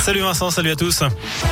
Salut Vincent, salut à tous.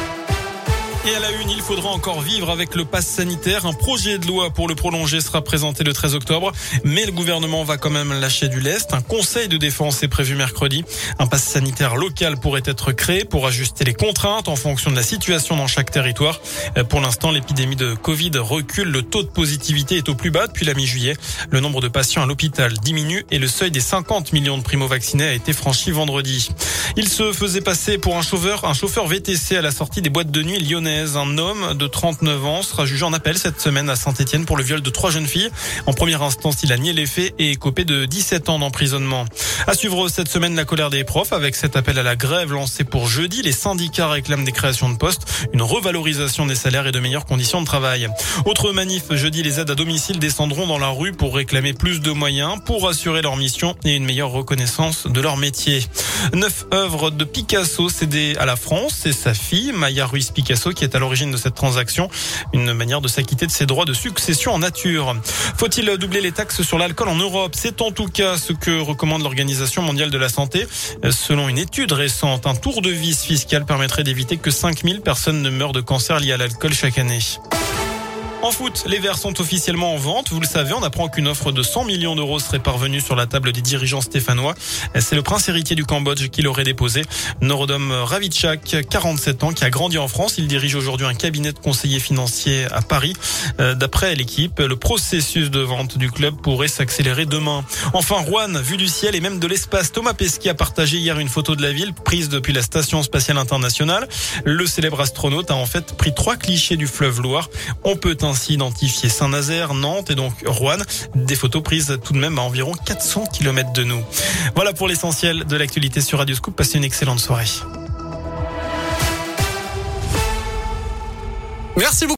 Et à la une, il faudra encore vivre avec le pass sanitaire. Un projet de loi pour le prolonger sera présenté le 13 octobre. Mais le gouvernement va quand même lâcher du lest. Un conseil de défense est prévu mercredi. Un pass sanitaire local pourrait être créé pour ajuster les contraintes en fonction de la situation dans chaque territoire. Pour l'instant, l'épidémie de Covid recule. Le taux de positivité est au plus bas depuis la mi-juillet. Le nombre de patients à l'hôpital diminue et le seuil des 50 millions de primo-vaccinés a été franchi vendredi. Il se faisait passer pour un chauffeur VTC à la sortie des boîtes de nuit lyonnaises. Un homme de 39 ans sera jugé en appel cette semaine à Saint-Étienne pour le viol de 3 jeunes filles. En première instance, il a nié les faits et est copé de 17 ans d'emprisonnement. À suivre cette semaine, la colère des profs avec cet appel à la grève lancé pour jeudi. Les syndicats réclament des créations de postes, une revalorisation des salaires et de meilleures conditions de travail. Autre manif, jeudi, les aides à domicile descendront dans la rue pour réclamer plus de moyens pour assurer leur mission et une meilleure reconnaissance de leur métier. 9 œuvres de Picasso cédées à la France. C'est sa fille, Maya Ruiz Picasso, qui est à l'origine de cette transaction. Une manière de s'acquitter de ses droits de succession en nature. Faut-il doubler les taxes sur l'alcool en Europe? C'est en tout cas ce que recommande l'Organisation mondiale de la santé. Selon une étude récente, un tour de vis fiscal permettrait d'éviter que 5000 personnes ne meurent de cancer lié à l'alcool chaque année. En foot, les Verts sont officiellement en vente. Vous le savez, on apprend qu'une offre de 100 millions d'euros serait parvenue sur la table des dirigeants stéphanois. C'est le prince héritier du Cambodge qui l'aurait déposé. Norodom Ravitchak, 47 ans, qui a grandi en France. Il dirige aujourd'hui un cabinet de conseillers financiers à Paris. D'après l'équipe, le processus de vente du club pourrait s'accélérer demain. Enfin, Rouen, vue du ciel et même de l'espace. Thomas Pesquet a partagé hier une photo de la ville prise depuis la Station spatiale internationale. Le célèbre astronaute a en fait pris 3 clichés du fleuve Loire. On peut ainsi identifier Saint-Nazaire, Nantes et donc Rouen. Des photos prises tout de même à environ 400 km de nous. Voilà pour l'essentiel de l'actualité sur Radio Scoop. Passez une excellente soirée. Merci beaucoup.